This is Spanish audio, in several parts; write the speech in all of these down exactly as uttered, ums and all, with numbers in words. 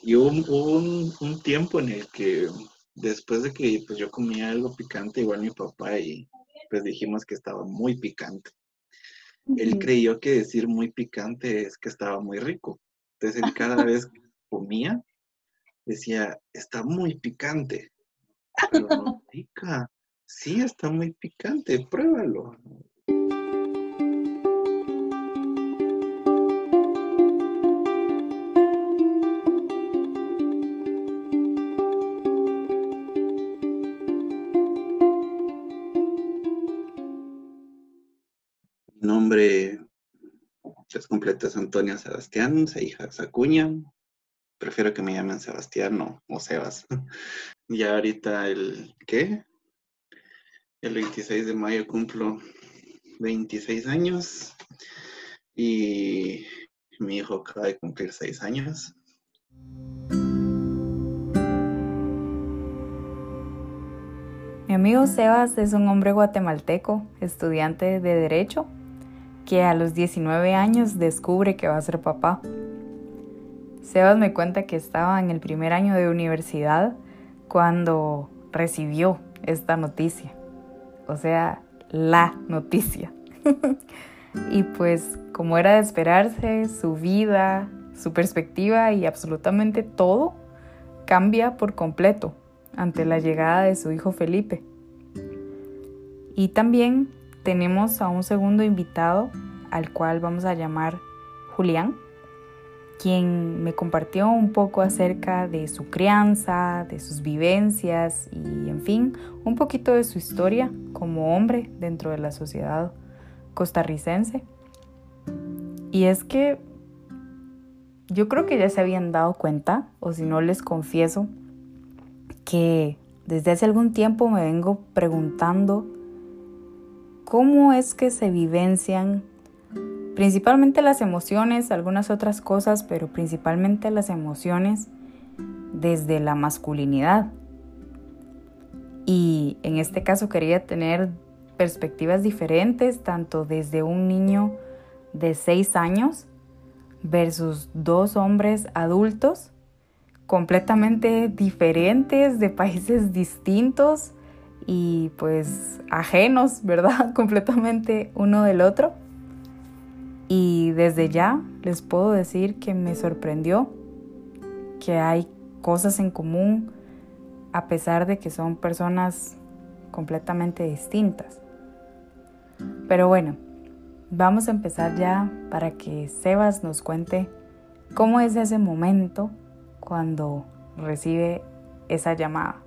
Y hubo, un, hubo un, un tiempo en el que después de que pues, yo comía algo picante, igual mi papá, y pues dijimos que estaba muy picante. Él Ujú. creyó que decir muy picante es que estaba muy rico. Entonces él cada vez que comía decía, está muy picante, pero no pica. Sí, está muy picante, pruébalo. Mi nombre es completo es Antonio Sebastián Seijas Acuña. Prefiero que me llamen Sebastián o, o Sebas. Ya ahorita el, ¿qué? El veintiséis de mayo cumplo veintiséis años y mi hijo acaba de cumplir seis años. Mi amigo Sebas es un hombre guatemalteco, estudiante de Derecho, que a los diecinueve años descubre que va a ser papá. Sebas me cuenta que estaba en el primer año de universidad cuando recibió esta noticia, o sea, la noticia. Y pues, como era de esperarse, su vida, su perspectiva y absolutamente todo cambia por completo ante la llegada de su hijo Felipe. Y también tenemos a un segundo invitado, al cual vamos a llamar Julián, quien me compartió un poco acerca de su crianza, de sus vivencias y, en fin, un poquito de su historia como hombre dentro de la sociedad costarricense. Y es que yo creo que ya se habían dado cuenta, o si no les confieso, que desde hace algún tiempo me vengo preguntando cómo es que se vivencian principalmente las emociones, algunas otras cosas, pero principalmente las emociones desde la masculinidad. Y en este caso quería tener perspectivas diferentes, tanto desde un niño de seis años versus dos hombres adultos completamente diferentes, de países distintos y pues ajenos, ¿verdad? Completamente uno del otro. Y desde ya les puedo decir que me sorprendió que hay cosas en común a pesar de que son personas completamente distintas. Pero bueno, vamos a empezar ya para que Sebas nos cuente cómo es ese momento cuando recibe esa llamada.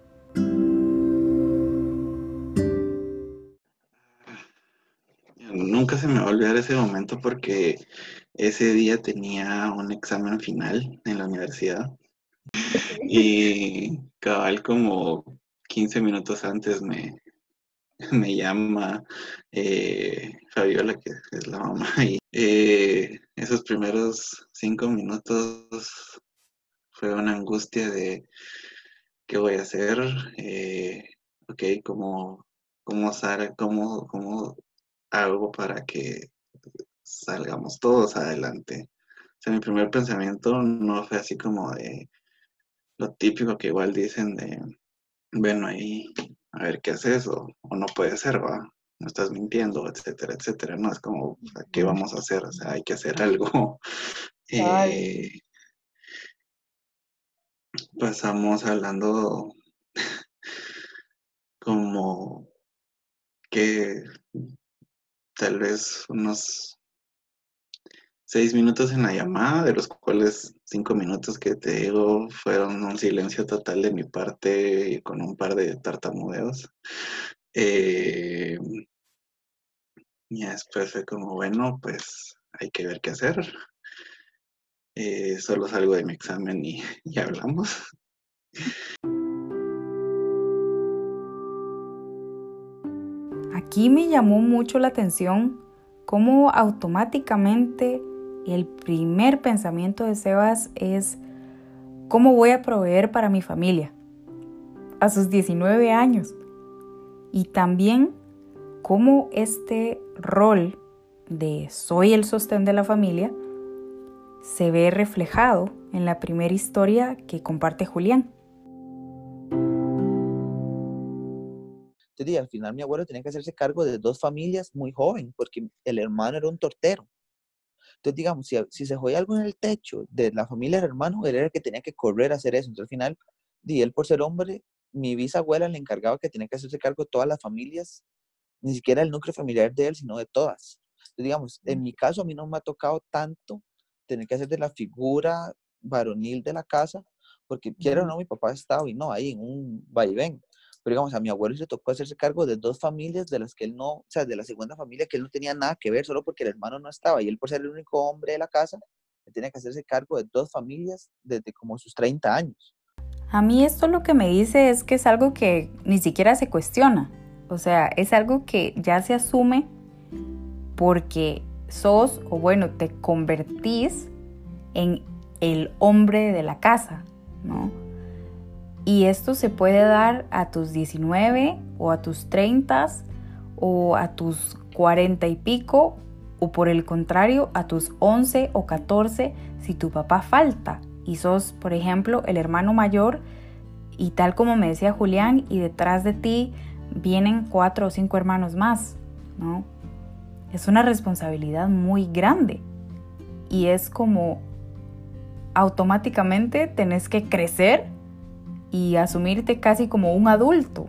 Nunca se me va a olvidar ese momento porque ese día tenía un examen final en la universidad y cabal como quince minutos antes me, me llama eh, Fabiola, que es la mamá, y eh, esos primeros cinco minutos fue una angustia de qué voy a hacer, eh, ok, cómo, cómo, sal- cómo, cómo hago para que salgamos todos adelante. O sea, mi primer pensamiento no fue así como de lo típico que igual dicen de, bueno, ahí, a ver qué haces o, o no puede ser, va, no estás mintiendo, etcétera, etcétera. No es como, ¿qué vamos a hacer? O sea, hay que hacer algo. Cabal. Eh, pasamos hablando como que tal vez unos seis minutos en la llamada, de los cuales cinco minutos que te digo fueron un silencio total de mi parte y con un par de tartamudeos. Eh, y después fue como, bueno, pues hay que ver qué hacer. Eh, solo salgo de mi examen y, y hablamos. Aquí me llamó mucho la atención cómo automáticamente el primer pensamiento de Sebas es cómo voy a proveer para mi familia a sus diecinueve años. Y también cómo este rol de soy el sostén de la familia se ve reflejado en la primera historia que comparte Julián. Entonces, al final mi abuelo tenía que hacerse cargo de dos familias muy joven, porque el hermano era un tortero. Entonces, digamos, si, si se jodía algo en el techo de la familia del hermano, él era el que tenía que correr a hacer eso. Entonces, al final, y él por ser hombre, mi bisabuela le encargaba que tenía que hacerse cargo de todas las familias, ni siquiera el núcleo familiar de él, sino de todas. Entonces, digamos, en mi caso, a mí no me ha tocado tanto tener que hacer de la figura varonil de la casa, porque quiera o no, mi papá ha estado y no, ahí en un vaivén. Pero digamos, a mi abuelo le tocó hacerse cargo de dos familias de las que él no, o sea, de la segunda familia que él no tenía nada que ver, solo porque el hermano no estaba. Y él, por ser el único hombre de la casa, tenía que hacerse cargo de dos familias desde como sus treinta años. A mí esto lo que me dice es que es algo que ni siquiera se cuestiona. O sea, es algo que ya se asume porque sos, o bueno, te convertís en el hombre de la casa, ¿no? Y esto se puede dar a tus diecinueve o a tus treinta o a tus cuarenta y pico, o por el contrario a tus once o catorce si tu papá falta y sos, por ejemplo, el hermano mayor y tal como me decía Julián, y detrás de ti vienen cuatro o cinco hermanos más, ¿no? Es una responsabilidad muy grande y es como automáticamente tenés que crecer y asumirte casi como un adulto.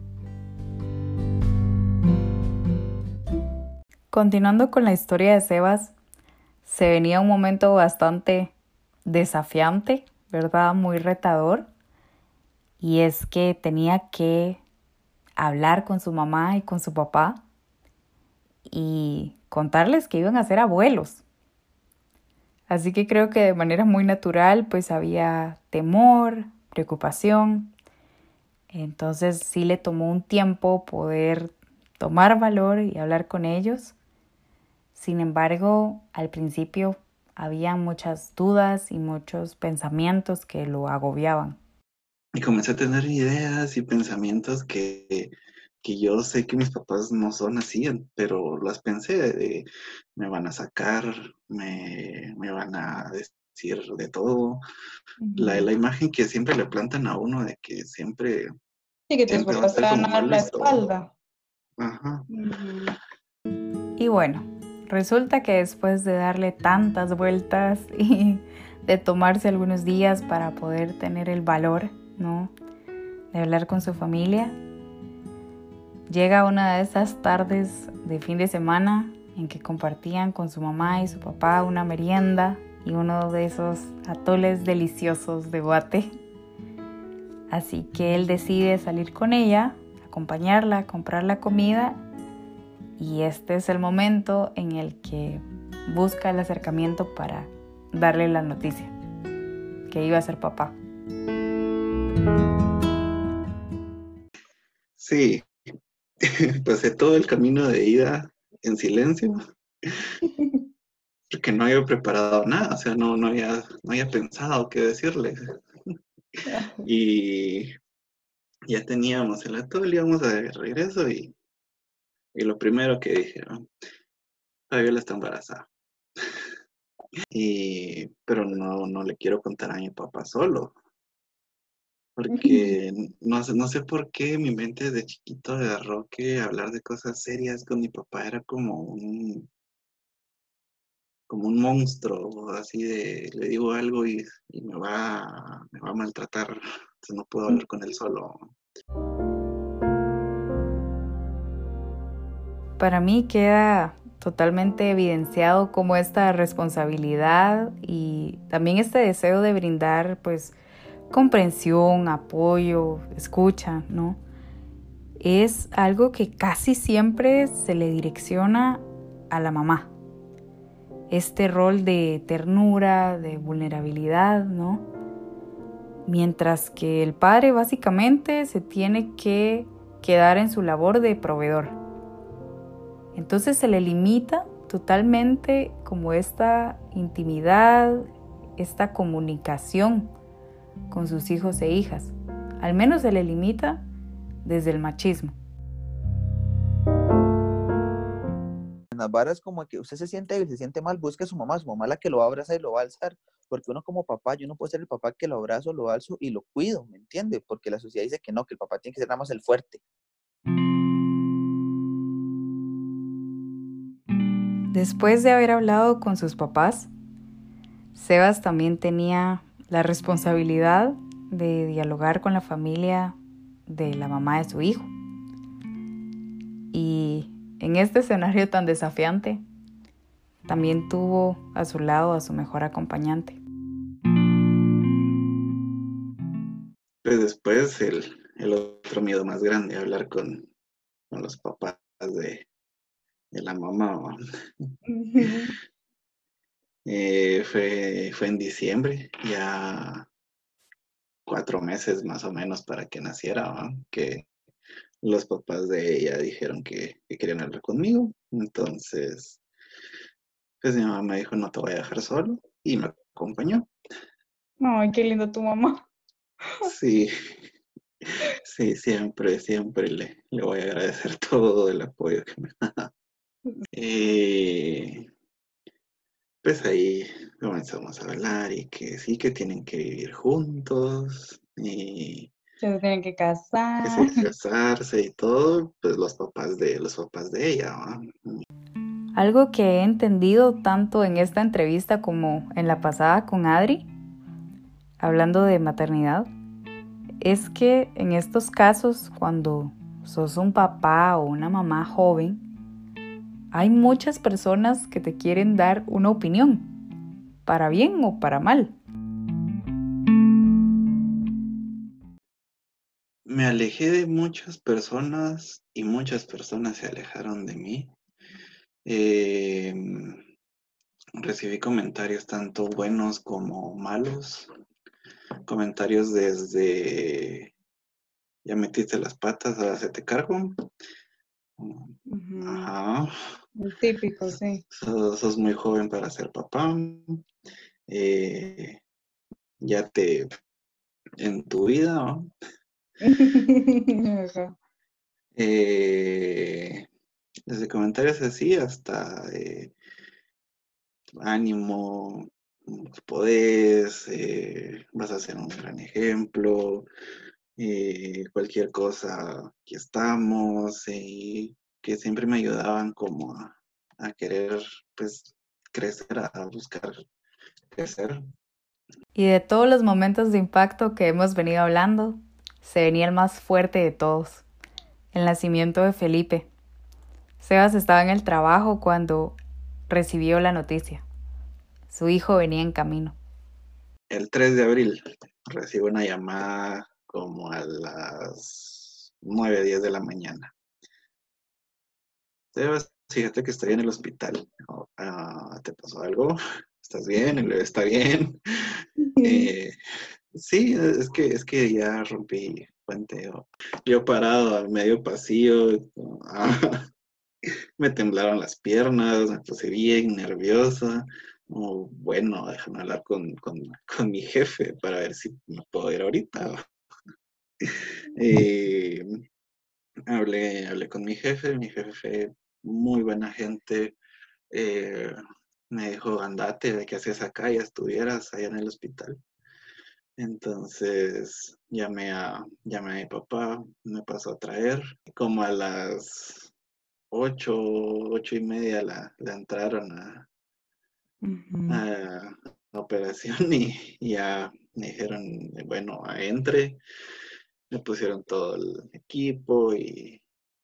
Continuando con la historia de Sebas, se venía un momento bastante desafiante, ¿verdad? Muy retador. Y es que tenía que hablar con su mamá y con su papá y contarles que iban a ser abuelos. Así que creo que de manera muy natural pues había temor, preocupación. Entonces sí le tomó un tiempo poder tomar valor y hablar con ellos. Sin embargo, al principio había muchas dudas y muchos pensamientos que lo agobiaban. Y comencé a tener ideas y pensamientos que, que yo sé que mis papás no son así, pero las pensé de, me van a sacar, me, me van a decir de todo. Uh-huh. La, la imagen que siempre le plantan a uno de que siempre... Sí, que tus papás te van a dar la espalda. Ajá. Uh-huh. Y bueno, resulta que después de darle tantas vueltas y de tomarse algunos días para poder tener el valor, ¿no?, de hablar con su familia, llega una de esas tardes de fin de semana en que compartían con su mamá y su papá una merienda y uno de esos atoles deliciosos de Guate. Así que él decide salir con ella, acompañarla, comprar la comida, y este es el momento en el que busca el acercamiento para darle la noticia que iba a ser papá. Sí, pasé todo el camino de ida en silencio, porque no había preparado nada, o sea, no, no, había, no había pensado qué decirle. Y ya teníamos el atole, íbamos de regreso y, y lo primero que dijeron, Fabiola está embarazada. Y, pero no, no le quiero contar a mi papá solo. Porque no, no sé por qué mi mente de chiquito agarró que hablar de cosas serias con mi papá era como un, como un monstruo, así de, le digo algo y, y me, va, me va a maltratar, entonces no puedo hablar con él solo. Para mí queda totalmente evidenciado como esta responsabilidad y también este deseo de brindar pues comprensión, apoyo, escucha, ¿no? Es algo que casi siempre se le direcciona a la mamá. Este rol de ternura, de vulnerabilidad, ¿no? Mientras que el padre básicamente se tiene que quedar en su labor de proveedor. Entonces se le limita totalmente como esta intimidad, esta comunicación con sus hijos e hijas. Al menos se le limita desde el machismo. en las varas como que usted se siente débil, se siente mal, busque a su mamá, su mamá es la que lo va a abrazar y lo va a alzar, porque uno como papá, yo no puedo ser el papá que lo abrazo, lo alzo y lo cuido, ¿me entiende? Porque la sociedad dice que no, que el papá tiene que ser nada más el fuerte. Después de haber hablado con sus papás, Sebas también tenía la responsabilidad de dialogar con la familia de la mamá de su hijo. Y en este escenario tan desafiante, también tuvo a su lado a su mejor acompañante. Pues después el, el otro miedo más grande, hablar con, con los papás de, de la mamá. Uh-huh. eh, fue, fue en diciembre, ya cuatro meses más o menos para que naciera, ¿no? Que los papás de ella dijeron que, que querían hablar conmigo. Entonces, pues mi mamá me dijo, no te voy a dejar solo, y me acompañó. Ay, qué lindo tu mamá. Sí, sí, siempre, siempre le, le voy a agradecer todo el apoyo que me da. Eh, pues ahí comenzamos a hablar y que sí, que tienen que vivir juntos y que se tienen que casar. Que se casarse y todo, pues los papás de los papás de ella, ¿no? Algo que he entendido tanto en esta entrevista como en la pasada con Adri, hablando de maternidad, es que en estos casos, cuando sos un papá o una mamá joven, hay muchas personas que te quieren dar una opinión, para bien o para mal. Me alejé de muchas personas y muchas personas se alejaron de mí. Eh, recibí comentarios tanto buenos como malos. Comentarios desde ya metiste las patas, ahora se te cargo. Uh-huh. Ajá. El típico, sí. Sos, sos muy joven para ser papá. Eh, ya te en tu vida, ¿no? eh, desde comentarios así hasta eh, ánimo, podés, eh, vas a ser un gran ejemplo, eh, cualquier cosa, aquí estamos, y que siempre me ayudaban como a, a querer pues crecer, a buscar crecer. Y de todos los momentos de impacto que hemos venido hablando, se venía el más fuerte de todos, el nacimiento de Felipe. Sebas estaba en el trabajo cuando recibió la noticia. Su hijo venía en camino. El tres de abril recibo una llamada como a las nueve, diez de la mañana. Sebas, fíjate que estoy en el hospital. Oh, uh, ¿te pasó algo? ¿Estás bien? ¿El bebé está bien? eh, sí, es que, es que ya rompí puente. Yo parado al medio pasillo. Uh, me temblaron las piernas, me puse bien nerviosa. Oh, bueno, déjame hablar con, con, con mi jefe para ver si me puedo ir ahorita. eh, hablé, hablé con mi jefe, mi jefe muy buena gente. Eh, me dijo, andate, ¿de qué haces acá? Ya estuvieras allá en el hospital. Entonces llamé a, llamé a mi papá, me pasó a traer. Como a las ocho, ocho y media la, la entraron a, uh-huh. a, a operación y, y ya me dijeron, bueno, entre. Me pusieron todo el equipo y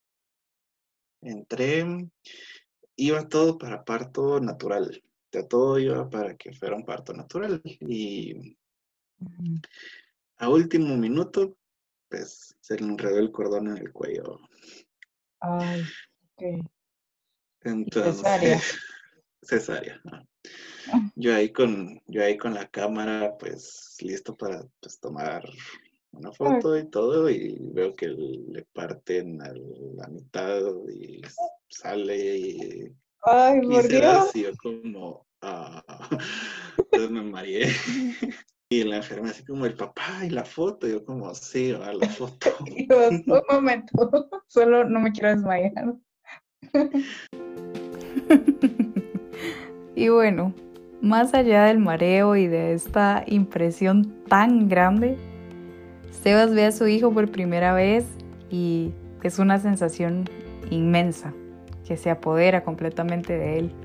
entré. Iba todo para parto natural. Ya todo iba para que fuera un parto natural. Y uh-huh. a último minuto, pues se le enredó el cordón en el cuello. Ay, ok. Entonces, cesárea. cesárea, ¿no? Yo ahí con, yo ahí con la cámara, pues listo para pues, tomar una foto y todo, y veo que le parten a la mitad y sale y ay, por Dios. Y yo como, ah, entonces me mareé. Y la enfermera así como, el papá y la foto, yo como, sí, va la foto. Dios, un momento, solo no me quiero desmayar. Y bueno, más allá del mareo y de esta impresión tan grande, Sebas ve a su hijo por primera vez y es una sensación inmensa que se apodera completamente de él.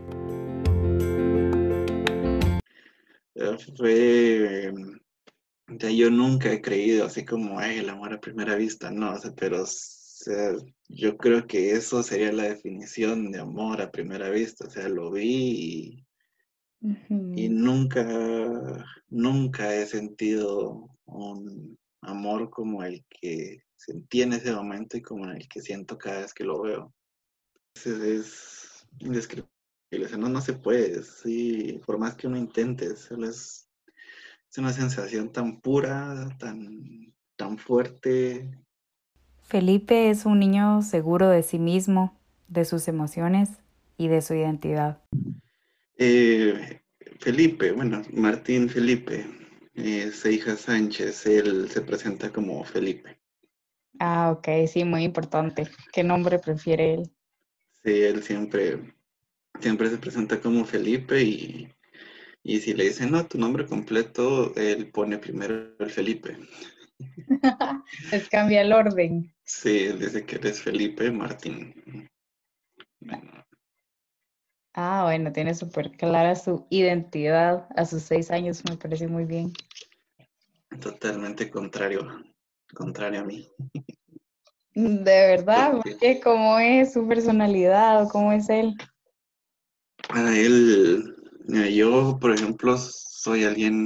Eh, Fue, eh, ya yo nunca he creído así como, ay, el amor a primera vista, no, o sea, pero o sea, yo creo que eso sería la definición de amor a primera vista, o sea, lo vi y, y Ujú. nunca, nunca he sentido un amor como el que sentí en ese momento y como el que siento cada vez que lo veo. Es, es indescriptible, o sea, no, no se puede, sí, por más que uno intente, solo es, es una sensación tan pura, tan, tan fuerte. Felipe es un niño seguro de sí mismo, de sus emociones y de su identidad. Eh, Felipe, bueno, Martín Felipe, eh, Seijas Sánchez, él se presenta como Felipe. Ah, ok, sí, muy importante. ¿Qué nombre prefiere él? Sí, él siempre, siempre se presenta como Felipe y, y si le dicen, no, tu nombre completo, él pone primero el Felipe. Les cambia el orden. Sí, él dice que eres Felipe Martín. Bueno, Ah, bueno, tiene súper clara su identidad a sus seis años, me parece muy bien. totalmente contrario, contrario a mí. De verdad, Porque porque ¿cómo es su personalidad o cómo es él? a él, mira, yo, por ejemplo, soy alguien,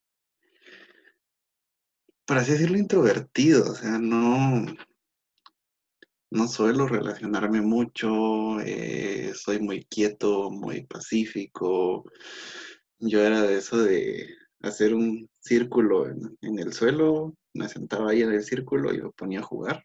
por así decirlo, introvertido, o sea, no, no suelo relacionarme mucho, eh, soy muy quieto, muy pacífico. Yo era de eso de hacer un círculo en, en el suelo, me sentaba ahí en el círculo y me ponía a jugar.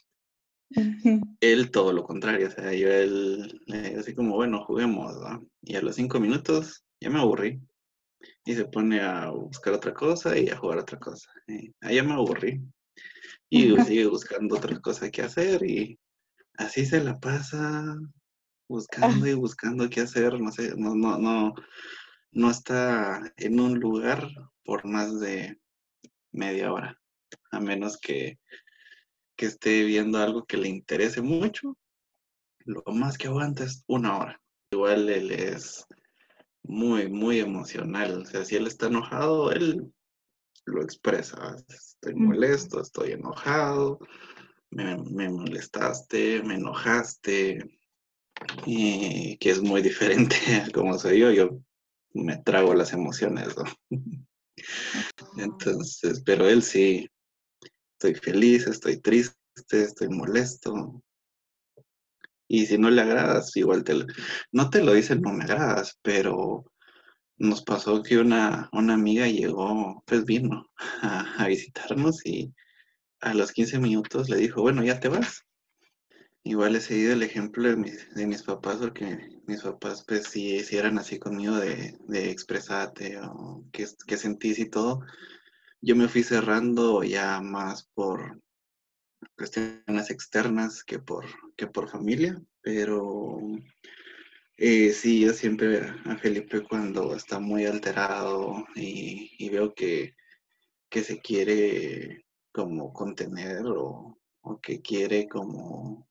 Él todo lo contrario, o sea, yo él, eh, así como, bueno, juguemos, ¿va? Y a los cinco minutos ya me aburrí y se pone a buscar otra cosa y a jugar otra cosa. Y ahí ya me aburrí y sigue buscando otra cosa que hacer y así se la pasa buscando y buscando qué hacer, no sé, no, no, no, no está en un lugar por más de media hora, a menos que, que esté viendo algo que le interese mucho, lo más que aguanta es una hora. Igual él es muy, muy emocional, o sea, si él está enojado, él lo expresa, estoy molesto, estoy enojado, me, me molestaste, me enojaste, y que es muy diferente a como soy yo, yo me trago las emociones, ¿no? Entonces, pero él sí, estoy feliz, estoy triste, estoy molesto. Y si no le agradas, igual te lo, no te lo dicen, no me agradas, pero nos pasó que una, una amiga llegó, pues vino a, a visitarnos y a los quince minutos le dijo, bueno, ya te vas. Igual he seguido el ejemplo de mis, de mis papás, porque mis papás, pues, sí, sí eran así conmigo de, de expresarte o qué, qué sentís y todo. Yo me fui cerrando ya más por cuestiones externas que por, que por familia, pero eh, sí, yo siempre a Felipe cuando está muy alterado y, y veo que, que se quiere como contener o, o que quiere como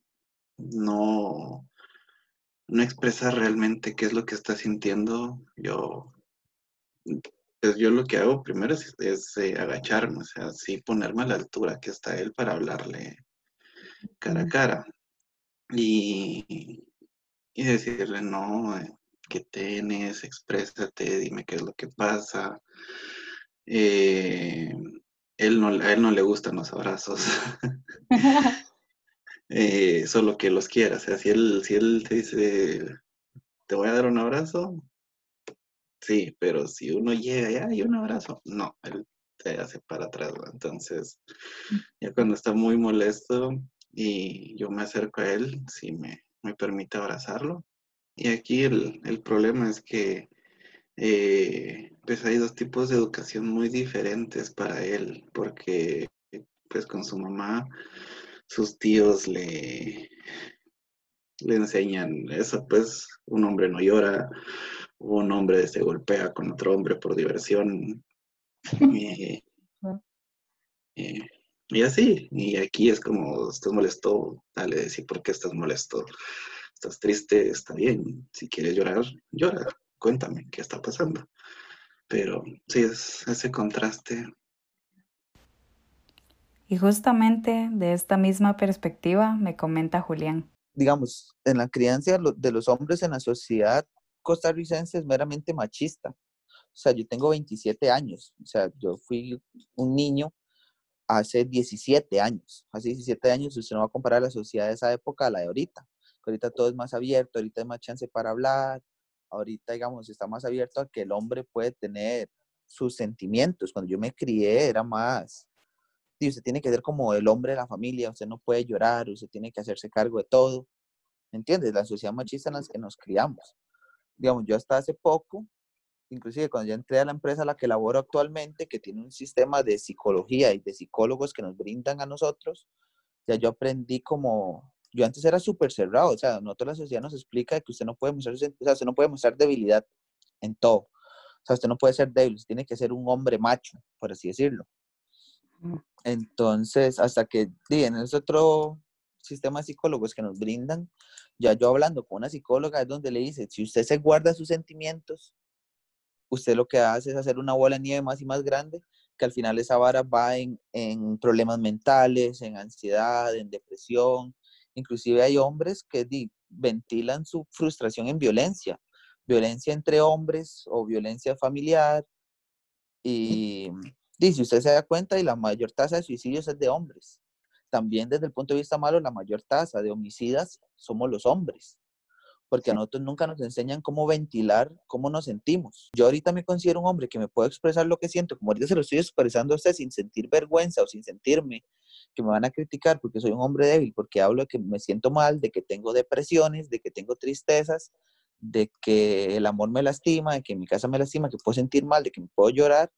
no no expresa realmente qué es lo que está sintiendo, yo, pues yo lo que hago primero es, es, eh, agacharme, o sea, sí ponerme a la altura que está él para hablarle cara a cara y, y decirle, no, eh, ¿qué tienes? Exprésate, dime qué es lo que pasa. Eh, él no, a él no le gustan los abrazos, eh, solo que los quiera, o sea, si él, si él te dice, te voy a dar un abrazo, sí, pero si uno llega ya y un abrazo, no, él te hace para atrás, ¿va? Entonces, ya cuando está muy molesto y yo me acerco a él, sí me, me permite abrazarlo. Y aquí el, el problema es que eh, pues hay dos tipos de educación muy diferentes para él, porque pues con su mamá, sus tíos le, le enseñan eso, pues un hombre no llora, un hombre se golpea con otro hombre por diversión, y, y, y así, y aquí es como, estás molesto, dale, decir por qué estás molesto, estás triste, está bien, si quieres llorar, llora, cuéntame qué está pasando, pero sí, es ese contraste. Y justamente de esta misma perspectiva me comenta Julián. Digamos, en la crianza de lo- de los hombres en la sociedad costarricense es meramente machista. O sea, yo tengo veintisiete años, o sea, yo fui un niño hace diecisiete años. Hace diecisiete años usted no va a comparar la sociedad de esa época a la de ahorita. Ahorita todo es más abierto, ahorita hay más chance para hablar, ahorita, digamos, está más abierto a que el hombre puede tener sus sentimientos. Cuando yo me crié era más, y usted tiene que ser como el hombre de la familia, usted no puede llorar, usted tiene que hacerse cargo de todo. ¿Me entiendes? La sociedad machista en la que nos criamos. Digamos, yo hasta hace poco, inclusive cuando ya entré a la empresa a la que laboro actualmente, que tiene un sistema de psicología y de psicólogos que nos brindan a nosotros, ya yo aprendí como, yo antes era súper cerrado, o sea, nosotros la sociedad nos explica que usted no puede mostrar, o sea, usted no puede mostrar debilidad en todo. O sea, usted no puede ser débil, usted tiene que ser un hombre macho, por así decirlo. Entonces, hasta que, di, en ese otro sistema de psicólogos que nos brindan, ya yo hablando con una psicóloga es donde le dice, si usted se guarda sus sentimientos, usted lo que hace es hacer una bola de nieve más y más grande, que al final esa vara va en, en problemas mentales, en ansiedad, en depresión. Inclusive hay hombres que di, ventilan su frustración en violencia, violencia entre hombres o violencia familiar. Y, y si usted se da cuenta, y la mayor tasa de suicidios es de hombres. También desde el punto de vista malo, la mayor tasa de homicidas somos los hombres, porque a nosotros nunca nos enseñan cómo ventilar, cómo nos sentimos. Yo ahorita me considero un hombre que me puedo expresar lo que siento, como ahorita se lo estoy expresando a usted sin sentir vergüenza o sin sentirme que me van a criticar porque soy un hombre débil, porque hablo de que me siento mal, de que tengo depresiones, de que tengo tristezas, de que el amor me lastima, de que mi casa me lastima, que puedo sentir mal, de que me puedo llorar.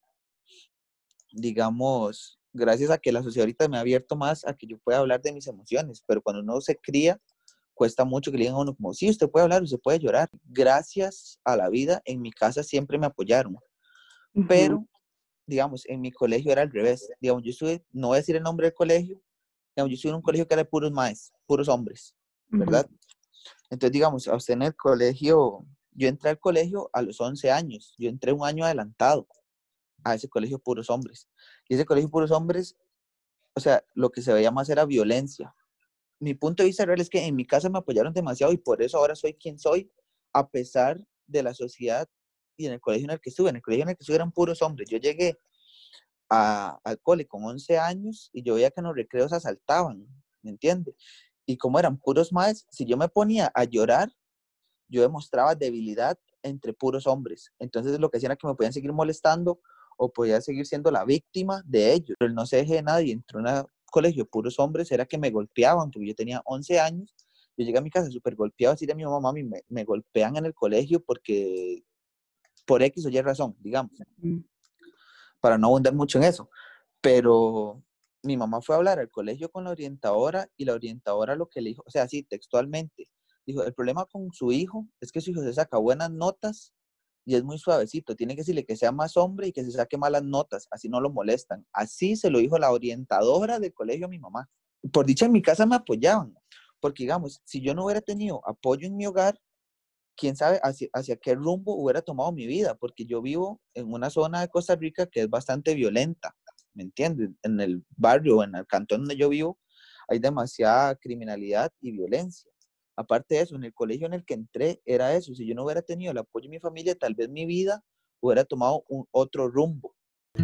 Digamos, gracias a que la sociedad ahorita me ha abierto más a que yo pueda hablar de mis emociones, pero cuando uno se cría, cuesta mucho que le digan a uno como, sí, usted puede hablar, usted puede llorar. Gracias a la vida, en mi casa siempre me apoyaron, Uh-huh. pero, digamos, en mi colegio era al revés. Digamos, yo estuve, no voy a decir el nombre del colegio, digamos, yo estuve en un colegio que era de puros maes, puros hombres, ¿verdad? Uh-huh. Entonces, digamos, a usted en el colegio, yo entré al colegio a los once años, yo entré un año adelantado a ese colegio puros hombres. Y ese colegio puros hombres, o sea, lo que se veía más era violencia. Mi punto de vista real es que en mi casa me apoyaron demasiado y por eso ahora soy quien soy, a pesar de la sociedad y en el colegio en el que estuve. En el colegio en el que estuve eran puros hombres. Yo llegué a, al cole con once años y yo veía que en los recreos asaltaban, ¿me entiendes? Y como eran puros más, si yo me ponía a llorar, yo demostraba debilidad entre puros hombres. Entonces lo que hacían era que me podían seguir molestando o podía seguir siendo la víctima de ellos. Pero no se dejé de nadie, entró en un colegio puros hombres, era que me golpeaban, porque yo tenía once años, yo llegué a mi casa súper golpeado, así de mi mamá, mami, me, me golpean en el colegio porque, por X o Y razón, digamos, mm. para no abundar mucho en eso. Pero mi mamá fue a hablar al colegio con la orientadora y la orientadora lo que le dijo, o sea, así textualmente, dijo, el problema con su hijo es que su hijo se saca buenas notas y es muy suavecito. Tiene que decirle que sea más hombre y que se saque malas notas. Así no lo molestan. Así se lo dijo la orientadora del colegio a mi mamá. Por dicha, en mi casa me apoyaban. Porque, digamos, si yo no hubiera tenido apoyo en mi hogar, quién sabe hacia, hacia qué rumbo hubiera tomado mi vida. Porque yo vivo en una zona de Costa Rica que es bastante violenta. ¿Me entiendes? En el barrio, en el cantón donde yo vivo, hay demasiada criminalidad y violencia. Aparte de eso, en el colegio en el que entré era eso. Si yo no hubiera tenido el apoyo de mi familia, tal vez mi vida hubiera tomado un otro rumbo.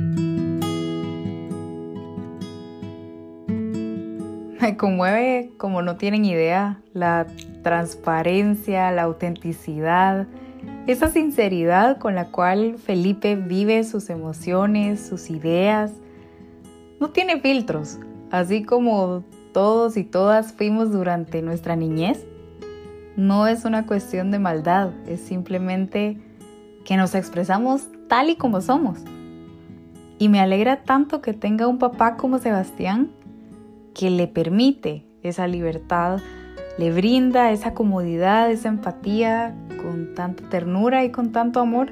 Me conmueve, como no tienen idea, la transparencia, la autenticidad, esa sinceridad con la cual Felipe vive sus emociones, sus ideas. No tiene filtros, así como todos y todas fuimos durante nuestra niñez. No es una cuestión de maldad, es simplemente que nos expresamos tal y como somos. Y me alegra tanto que tenga un papá como Sebastián que le permite esa libertad le brinda esa comodidad, esa empatía con tanta ternura y con tanto amor.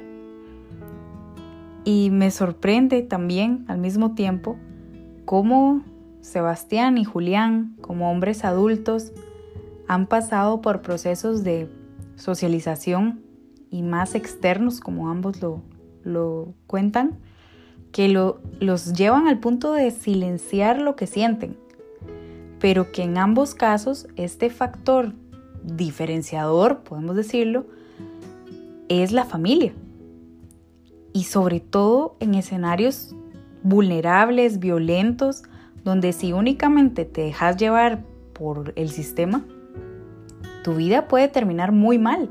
Y me sorprende también al mismo tiempo cómo Sebastián y Julián, como hombres adultos, han pasado por procesos de socialización y más externos, como ambos lo, lo cuentan, que lo, los llevan al punto de silenciar lo que sienten, pero que en ambos casos este factor diferenciador, podemos decirlo, es la familia. Y sobre todo en escenarios vulnerables, violentos, donde si únicamente te dejas llevar por el sistema, tu vida puede terminar muy mal.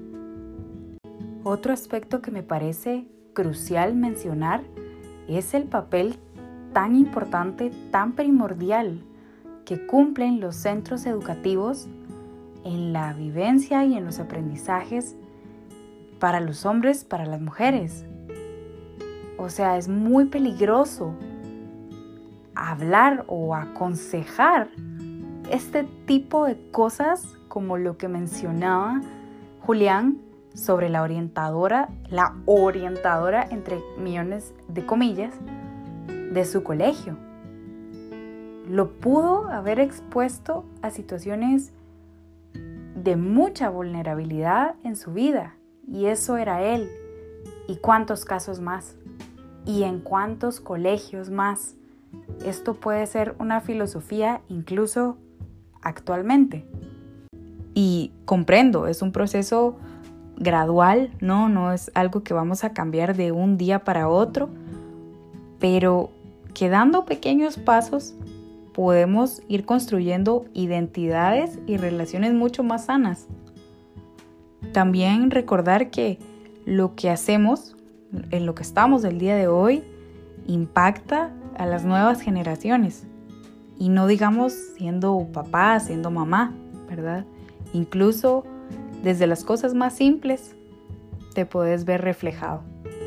Otro aspecto que me parece crucial mencionar es el papel tan importante, tan primordial que cumplen los centros educativos en la vivencia y en los aprendizajes para los hombres, para las mujeres. O sea, es muy peligroso hablar o aconsejar este tipo de cosas como lo que mencionaba Julián sobre la orientadora, la orientadora entre millones de comillas de su colegio. Lo pudo haber expuesto a situaciones de mucha vulnerabilidad en su vida, y eso era él. ¿Y cuántos casos más? ¿Y en cuántos colegios más? Esto puede ser una filosofía incluso actualmente. Y comprendo, es un proceso gradual, ¿no? No es algo que vamos a cambiar de un día para otro, pero que dando pequeños pasos podemos ir construyendo identidades y relaciones mucho más sanas. También recordar que lo que hacemos, en lo que estamos el día de hoy, impacta a las nuevas generaciones. Y no digamos siendo papá, siendo mamá, ¿verdad? Incluso desde las cosas más simples te puedes ver reflejado.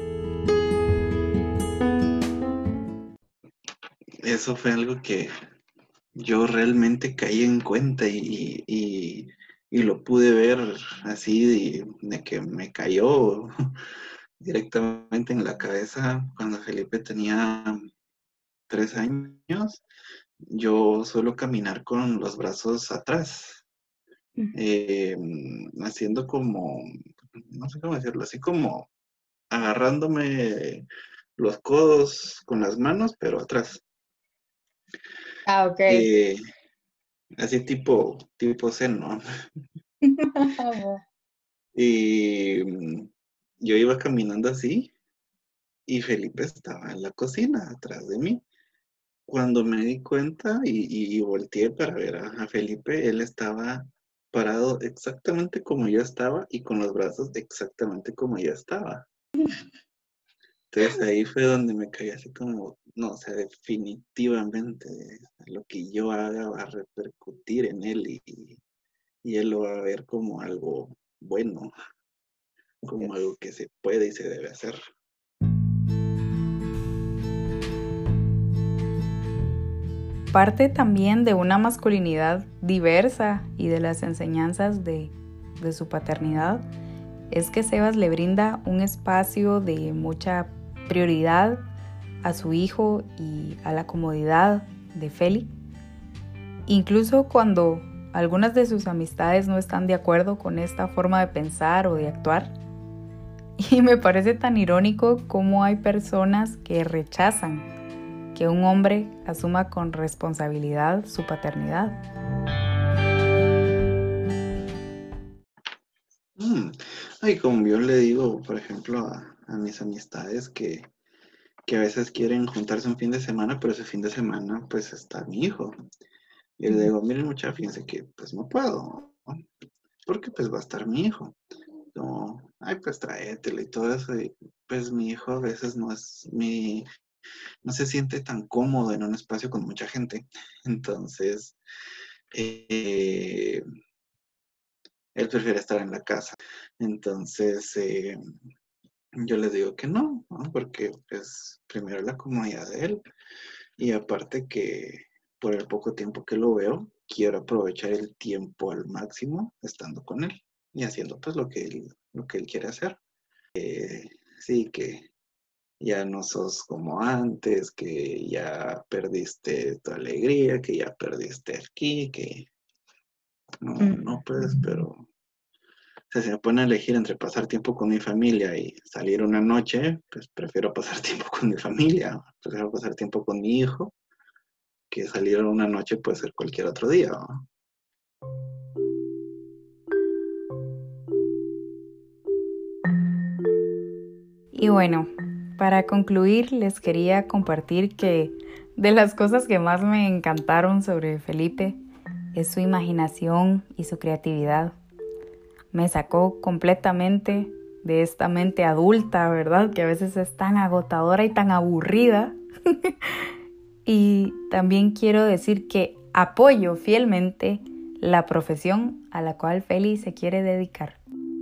Eso fue algo que yo realmente caí en cuenta y, y, y lo pude ver así de, de que me cayó directamente en la cabeza cuando Felipe tenía tres años. Yo suelo caminar con los brazos atrás, eh, haciendo como, no sé cómo decirlo, así como agarrándome los codos con las manos, pero atrás. Ah, ok. Eh, así tipo, tipo zen, ¿no? Y mm, yo iba caminando así y Felipe estaba en la cocina atrás de mí. Cuando me di cuenta y, y volteé para ver a, a Felipe, él estaba parado exactamente como yo estaba y con los brazos exactamente como yo estaba. Entonces ahí fue donde me caí así como, no, o sea, definitivamente lo que yo haga va a repercutir en él y, y él lo va a ver como algo bueno, como algo que se puede y se debe hacer. Parte también de una masculinidad diversa y de las enseñanzas de, de su paternidad es que Sebas le brinda un espacio de mucha prioridad a su hijo y a la comodidad de Feli, incluso cuando algunas de sus amistades no están de acuerdo con esta forma de pensar o de actuar. Y me parece tan irónico cómo hay personas que rechazan que un hombre asuma con responsabilidad su paternidad. Mm. Ay, como yo le digo, por ejemplo, a, a mis amistades que, que a veces quieren juntarse un fin de semana, pero ese fin de semana pues está mi hijo. Y le digo, miren mucha, fíjense que pues no puedo, ¿no? Porque pues va a estar mi hijo. No, ay, pues tráetelo y todo eso. Y pues mi hijo a veces no es mi, no se siente tan cómodo en un espacio con mucha gente. Entonces, eh, él prefiere estar en la casa. Entonces, eh, yo les digo que no, ¿no? Porque pues primero la comodidad de él y aparte que por el poco tiempo que lo veo, quiero aprovechar el tiempo al máximo estando con él y haciendo pues lo que él, lo que él quiere hacer. Eh, sí, que ya no sos como antes, que ya perdiste tu alegría, que ya perdiste aquí, que no, no pues, pero o sea, si me pone a elegir entre pasar tiempo con mi familia y salir una noche, pues prefiero pasar tiempo con mi familia, prefiero pasar tiempo con mi hijo, que salir una noche puede ser cualquier otro día, ¿no? Y bueno, para concluir les quería compartir que de las cosas que más me encantaron sobre Felipe es su imaginación y su creatividad. Me sacó completamente de esta mente adulta, ¿verdad? Que a veces es tan agotadora y tan aburrida. Y también quiero decir que apoyo fielmente la profesión a la cual Feli se quiere dedicar.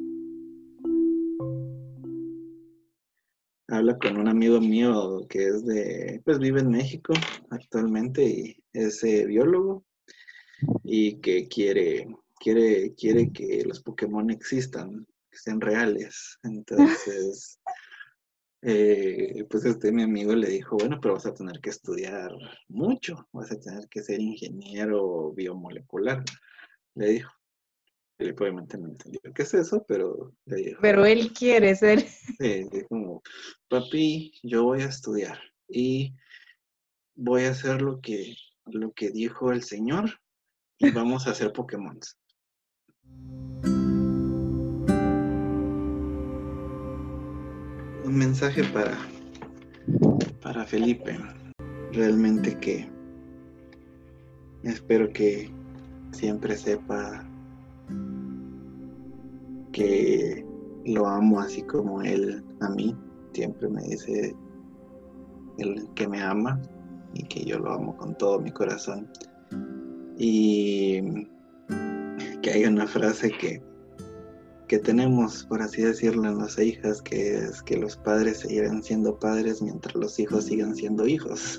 Habla con un amigo mío que es de, pues vive en México actualmente y es eh, biólogo y que quiere, quiere, quiere que los Pokémon existan, que sean reales. Entonces, eh, pues este mi amigo le dijo, bueno, pero vas a tener que estudiar mucho, vas a tener que ser ingeniero biomolecular, le dijo. Él obviamente no entendió qué es eso, pero le dijo. Pero él quiere ser. Sí, sí, como, papi, yo voy a estudiar y voy a hacer lo que, lo que dijo el señor y vamos a hacer Pokémon. Un mensaje para, para Felipe. Realmente que espero que siempre sepa que lo amo así como él a mí. Siempre me dice él que me ama y que yo lo amo con todo mi corazón. Y que hay una frase que, que tenemos, por así decirlo, en las hijas, que es que los padres seguirán siendo padres mientras los hijos sigan siendo hijos.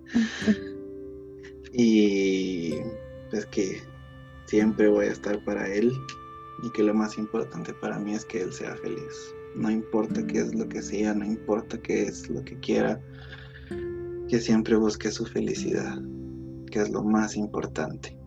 Y pues que siempre voy a estar para él y que lo más importante para mí es que él sea feliz. No importa qué es lo que sea, no importa qué es lo que quiera, que siempre busque su felicidad, que es lo más importante.